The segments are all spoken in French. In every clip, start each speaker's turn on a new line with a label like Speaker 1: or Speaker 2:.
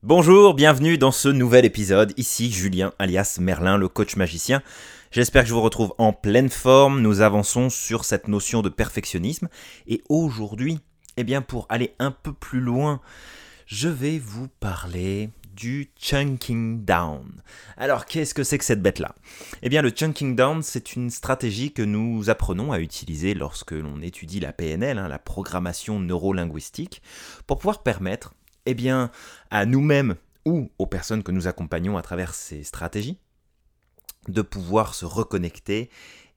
Speaker 1: Bonjour, bienvenue dans ce nouvel épisode. Ici Julien alias Merlin, le coach magicien. J'espère que je vous retrouve en pleine forme. Nous avançons sur cette notion de perfectionnisme. Et aujourd'hui, pour aller un peu plus loin, je vais vous parler du chunking down. Alors, qu'est-ce que c'est que cette bête-là ? Le chunking down, c'est une stratégie que nous apprenons à utiliser lorsque l'on étudie la PNL, la programmation neuro-linguistique, pour pouvoir permettre à nous-mêmes ou aux personnes que nous accompagnons à travers ces stratégies, de pouvoir se reconnecter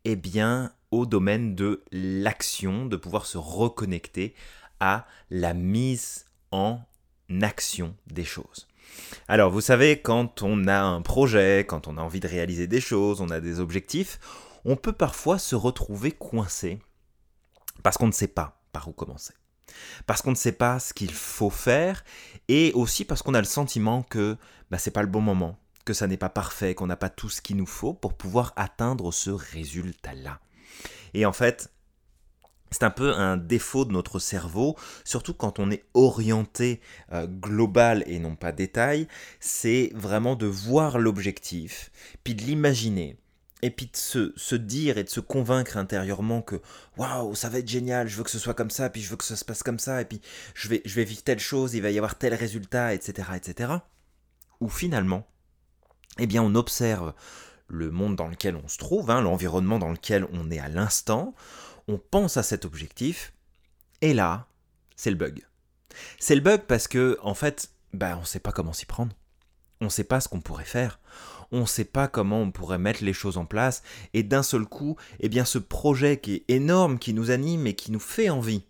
Speaker 1: au domaine de l'action, de pouvoir se reconnecter à la mise en action des choses. Alors, vous savez, quand on a un projet, quand on a envie de réaliser des choses, on a des objectifs, on peut parfois se retrouver coincé parce qu'on ne sait pas par où commencer. Parce qu'on ne sait pas ce qu'il faut faire et aussi parce qu'on a le sentiment que c'est pas le bon moment, que ça n'est pas parfait, qu'on n'a pas tout ce qu'il nous faut pour pouvoir atteindre ce résultat-là. Et en fait, c'est un peu un défaut de notre cerveau, surtout quand on est orienté global et non pas détail, c'est vraiment de voir l'objectif, puis de l'imaginer. Et puis de se dire et de se convaincre intérieurement que waouh, ça va être génial, je veux que ce soit comme ça, puis je veux que ça se passe comme ça, et puis je vais vivre telle chose, il va y avoir tel résultat, etc. etc. Ou finalement, on observe le monde dans lequel on se trouve, l'environnement dans lequel on est à l'instant, on pense à cet objectif, et là, c'est le bug. C'est le bug parce que, en fait, on ne sait pas comment s'y prendre. On ne sait pas ce qu'on pourrait faire. On ne sait pas comment on pourrait mettre les choses en place. Et d'un seul coup, ce projet qui est énorme, qui nous anime et qui nous fait envie.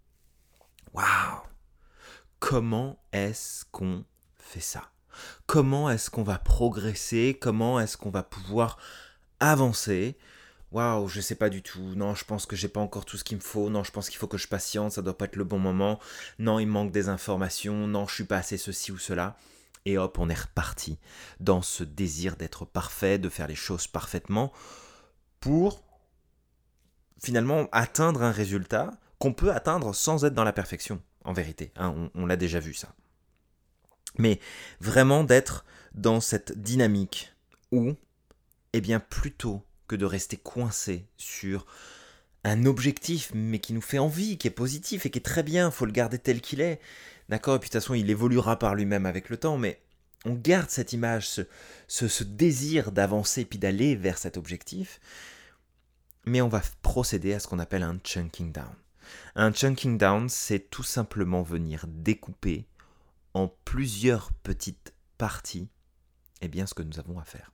Speaker 1: Waouh! Comment est-ce qu'on fait ça? Comment est-ce qu'on va progresser? Comment est-ce qu'on va pouvoir avancer? Waouh, je sais pas du tout. Non, je pense que j'ai pas encore tout ce qu'il me faut. Non, je pense qu'il faut que je patiente. Ça doit pas être le bon moment. Non, il manque des informations. Non, je suis pas assez ceci ou cela. Et hop, on est reparti dans ce désir d'être parfait, de faire les choses parfaitement pour finalement atteindre un résultat qu'on peut atteindre sans être dans la perfection, en vérité. On l'a déjà vu ça. Mais vraiment d'être dans cette dynamique où, plutôt que de rester coincé sur un objectif, mais qui nous fait envie, qui est positif et qui est très bien, il faut le garder tel qu'il est. D'accord, et puis de toute façon, il évoluera par lui-même avec le temps, mais on garde cette image, ce désir d'avancer puis d'aller vers cet objectif, mais on va procéder à ce qu'on appelle un chunking down. Un chunking down, c'est tout simplement venir découper en plusieurs petites parties ce que nous avons à faire.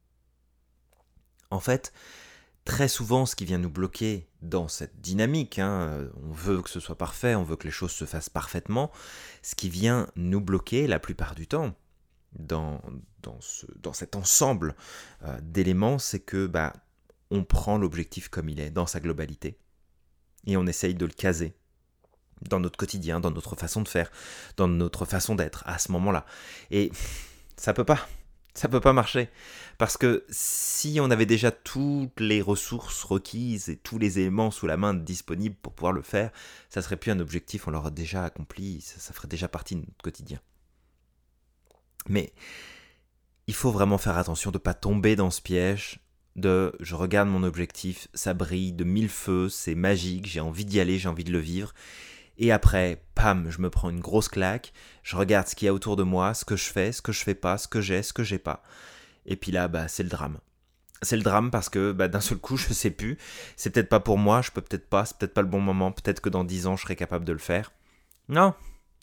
Speaker 1: En fait, très souvent, ce qui vient nous bloquer dans cette dynamique, on veut que ce soit parfait, on veut que les choses se fassent parfaitement, ce qui vient nous bloquer la plupart du temps dans cet ensemble d'éléments, c'est que on prend l'objectif comme il est, dans sa globalité, et on essaye de le caser dans notre quotidien, dans notre façon de faire, dans notre façon d'être à ce moment-là. Et ça peut pas marcher. Parce que si on avait déjà toutes les ressources requises et tous les éléments sous la main disponibles pour pouvoir le faire, ça serait plus un objectif, on l'aurait déjà accompli, ça ferait déjà partie de notre quotidien. Mais il faut vraiment faire attention de ne pas tomber dans ce piège de je regarde mon objectif, ça brille de mille feux, c'est magique, j'ai envie d'y aller, j'ai envie de le vivre. Et après, pam, je me prends une grosse claque, je regarde ce qu'il y a autour de moi, ce que je fais pas, ce que j'ai pas. Et puis là, c'est le drame. C'est le drame parce que d'un seul coup, je sais plus, c'est peut-être pas pour moi, je peux peut-être pas, c'est peut-être pas le bon moment, peut-être que dans 10 ans, je serai capable de le faire. Non.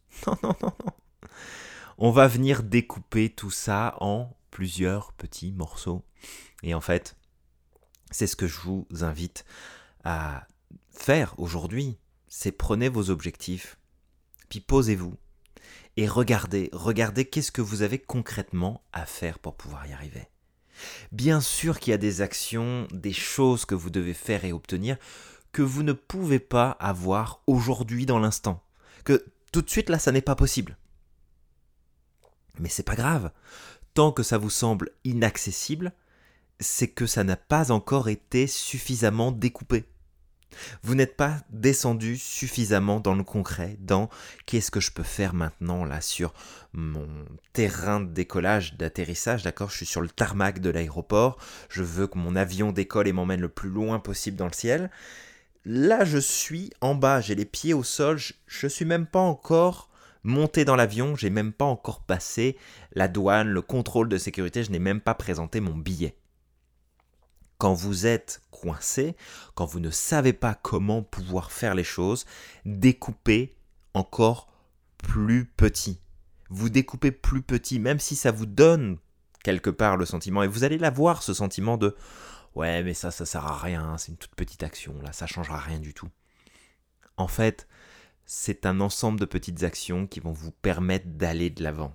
Speaker 1: On va venir découper tout ça en plusieurs petits morceaux. Et en fait, c'est ce que je vous invite à faire aujourd'hui. C'est prenez vos objectifs, puis posez-vous et regardez qu'est-ce que vous avez concrètement à faire pour pouvoir y arriver. Bien sûr qu'il y a des actions, des choses que vous devez faire et obtenir que vous ne pouvez pas avoir aujourd'hui dans l'instant. Que tout de suite là, ça n'est pas possible. Mais c'est pas grave. Tant que ça vous semble inaccessible, c'est que ça n'a pas encore été suffisamment découpé. Vous n'êtes pas descendu suffisamment dans le concret, dans qu'est-ce que je peux faire maintenant là sur mon terrain de décollage, d'atterrissage, d'accord? Je suis sur le tarmac de l'aéroport, je veux que mon avion décolle et m'emmène le plus loin possible dans le ciel. Là, je suis en bas, j'ai les pieds au sol, je suis même pas encore monté dans l'avion, j'ai même pas encore passé la douane, le contrôle de sécurité, je n'ai même pas présenté mon billet. Quand vous êtes coincé, quand vous ne savez pas comment pouvoir faire les choses, découpez encore plus petit. Vous découpez plus petit, même si ça vous donne quelque part le sentiment, et vous allez l'avoir ce sentiment de « ouais mais ça sert à rien, c'est une toute petite action, là ça changera rien du tout ». En fait, c'est un ensemble de petites actions qui vont vous permettre d'aller de l'avant.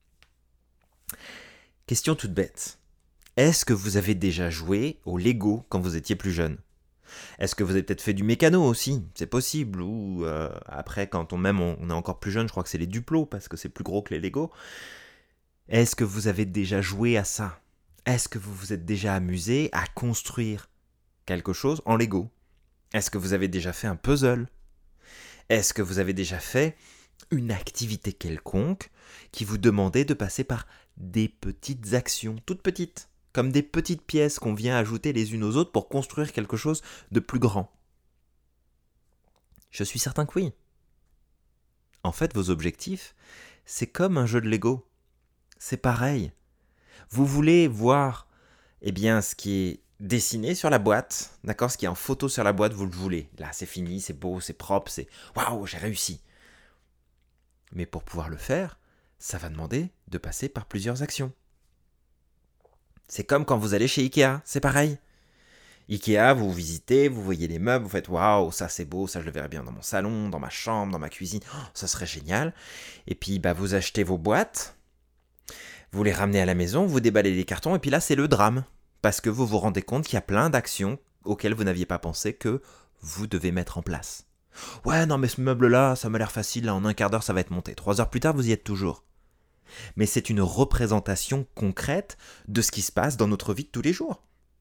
Speaker 1: Question toute bête. Est-ce que vous avez déjà joué au Lego quand vous étiez plus jeune? Est-ce que vous avez peut-être fait du mécano aussi? C'est possible. Ou après, quand on est encore plus jeune, je crois que c'est les Duplo parce que c'est plus gros que les Lego. Est-ce que vous avez déjà joué à ça? Est-ce que vous vous êtes déjà amusé à construire quelque chose en Lego? Est-ce que vous avez déjà fait un puzzle? Est-ce que vous avez déjà fait une activité quelconque qui vous demandait de passer par des petites actions, toutes petites, comme des petites pièces qu'on vient ajouter les unes aux autres pour construire quelque chose de plus grand? Je suis certain que oui. En fait, vos objectifs, c'est comme un jeu de Lego. C'est pareil. Vous voulez voir ce qui est dessiné sur la boîte, d'accord, ce qui est en photo sur la boîte, vous le voulez. Là, c'est fini, c'est beau, c'est propre, c'est waouh, j'ai réussi. Mais pour pouvoir le faire, ça va demander de passer par plusieurs actions. C'est comme quand vous allez chez Ikea, c'est pareil. Ikea, vous visitez, vous voyez les meubles, vous faites waouh, ça c'est beau, ça je le verrais bien dans mon salon, dans ma chambre, dans ma cuisine, ça serait génial. Et puis vous achetez vos boîtes, vous les ramenez à la maison, vous déballez les cartons, et puis là c'est le drame. Parce que vous vous rendez compte qu'il y a plein d'actions auxquelles vous n'aviez pas pensé que vous devez mettre en place. Ouais, non mais ce meuble-là, ça m'a l'air facile, là, en un quart d'heure ça va être monté. 3 heures plus tard, vous y êtes toujours. Mais c'est une représentation concrète de ce qui se passe dans notre vie de tous les jours.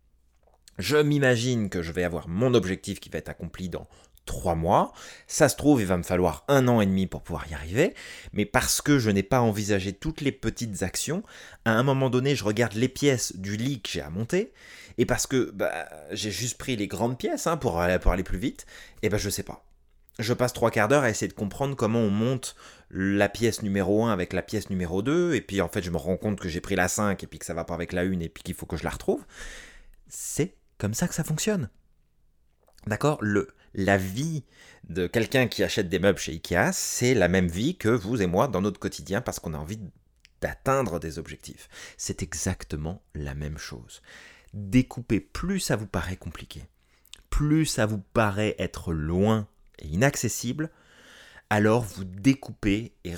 Speaker 1: Je m'imagine que je vais avoir mon objectif qui va être accompli dans 3 mois. Ça se trouve, il va me falloir 1 an et demi pour pouvoir y arriver. Mais parce que je n'ai pas envisagé toutes les petites actions, à un moment donné, je regarde les pièces du lit que j'ai à monter. Et parce que j'ai juste pris les grandes pièces pour aller plus vite, et je sais pas. Je passe 3 quarts d'heure à essayer de comprendre comment on monte la pièce numéro 1 avec la pièce numéro 2. Et puis en fait, je me rends compte que j'ai pris la 5 et puis que ça va pas avec la 1 et puis qu'il faut que je la retrouve. C'est comme ça que ça fonctionne. D'accord? La vie de quelqu'un qui achète des meubles chez Ikea, c'est la même vie que vous et moi dans notre quotidien parce qu'on a envie d'atteindre des objectifs. C'est exactement la même chose. Découper, plus ça vous paraît compliqué, plus ça vous paraît être loin et inaccessible, alors vous découpez et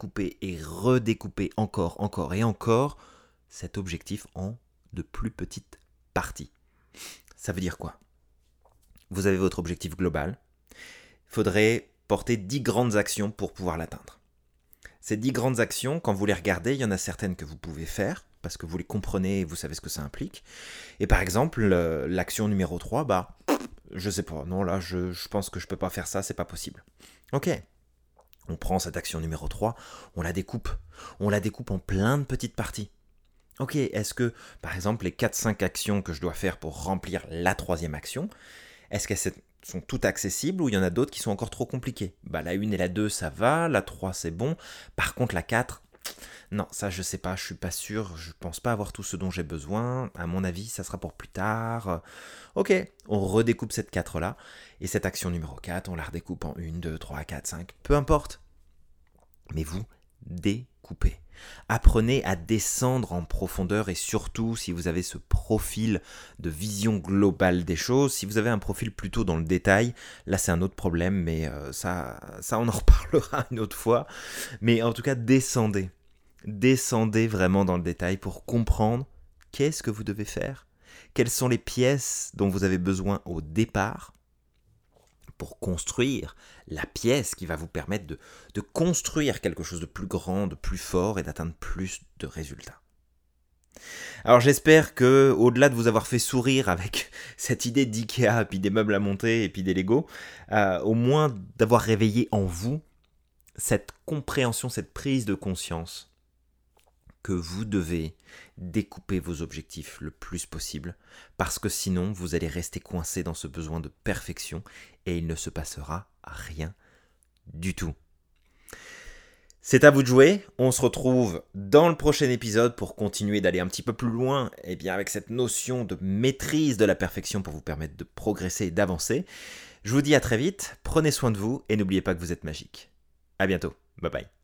Speaker 1: redécoupez encore et encore cet objectif en de plus petites parties. Ça veut dire quoi? Vous avez votre objectif global. Il faudrait porter 10 grandes actions pour pouvoir l'atteindre. Ces 10 grandes actions, quand vous les regardez, il y en a certaines que vous pouvez faire, parce que vous les comprenez et vous savez ce que ça implique. Et par exemple, l'action numéro 3, je sais pas, non là, je pense que je peux pas faire ça, c'est pas possible. Ok, on prend cette action numéro 3, on la découpe en plein de petites parties. Ok, est-ce que, par exemple, les 4-5 actions que je dois faire pour remplir la 3e action, est-ce qu'elles sont toutes accessibles ou il y en a d'autres qui sont encore trop compliquées? La 1 et la 2, ça va, la 3, c'est bon. Par contre, la 4, non, ça, je sais pas, je suis pas sûr, je pense pas avoir tout ce dont j'ai besoin. À mon avis, ça sera pour plus tard. Ok, on redécoupe cette 4-là. Et cette action numéro 4, on la redécoupe en 1, 2, 3, 4, 5, peu importe. Mais vous découpez. Apprenez à descendre en profondeur et surtout si vous avez ce profil de vision globale des choses, si vous avez un profil plutôt dans le détail, là c'est un autre problème, mais ça on en reparlera une autre fois. Mais en tout cas, descendez vraiment dans le détail pour comprendre qu'est-ce que vous devez faire, quelles sont les pièces dont vous avez besoin au départ, pour construire la pièce qui va vous permettre de construire quelque chose de plus grand, de plus fort et d'atteindre plus de résultats. Alors j'espère que, au-delà de vous avoir fait sourire avec cette idée d'IKEA, puis des meubles à monter, et puis des Lego, au moins d'avoir réveillé en vous cette compréhension, cette prise de conscience que vous devez découper vos objectifs le plus possible, parce que sinon vous allez rester coincé dans ce besoin de perfection et il ne se passera rien du tout. C'est à vous de jouer, on se retrouve dans le prochain épisode pour continuer d'aller un petit peu plus loin avec cette notion de maîtrise de la perfection pour vous permettre de progresser et d'avancer. Je vous dis à très vite, prenez soin de vous et n'oubliez pas que vous êtes magique. À bientôt, bye bye.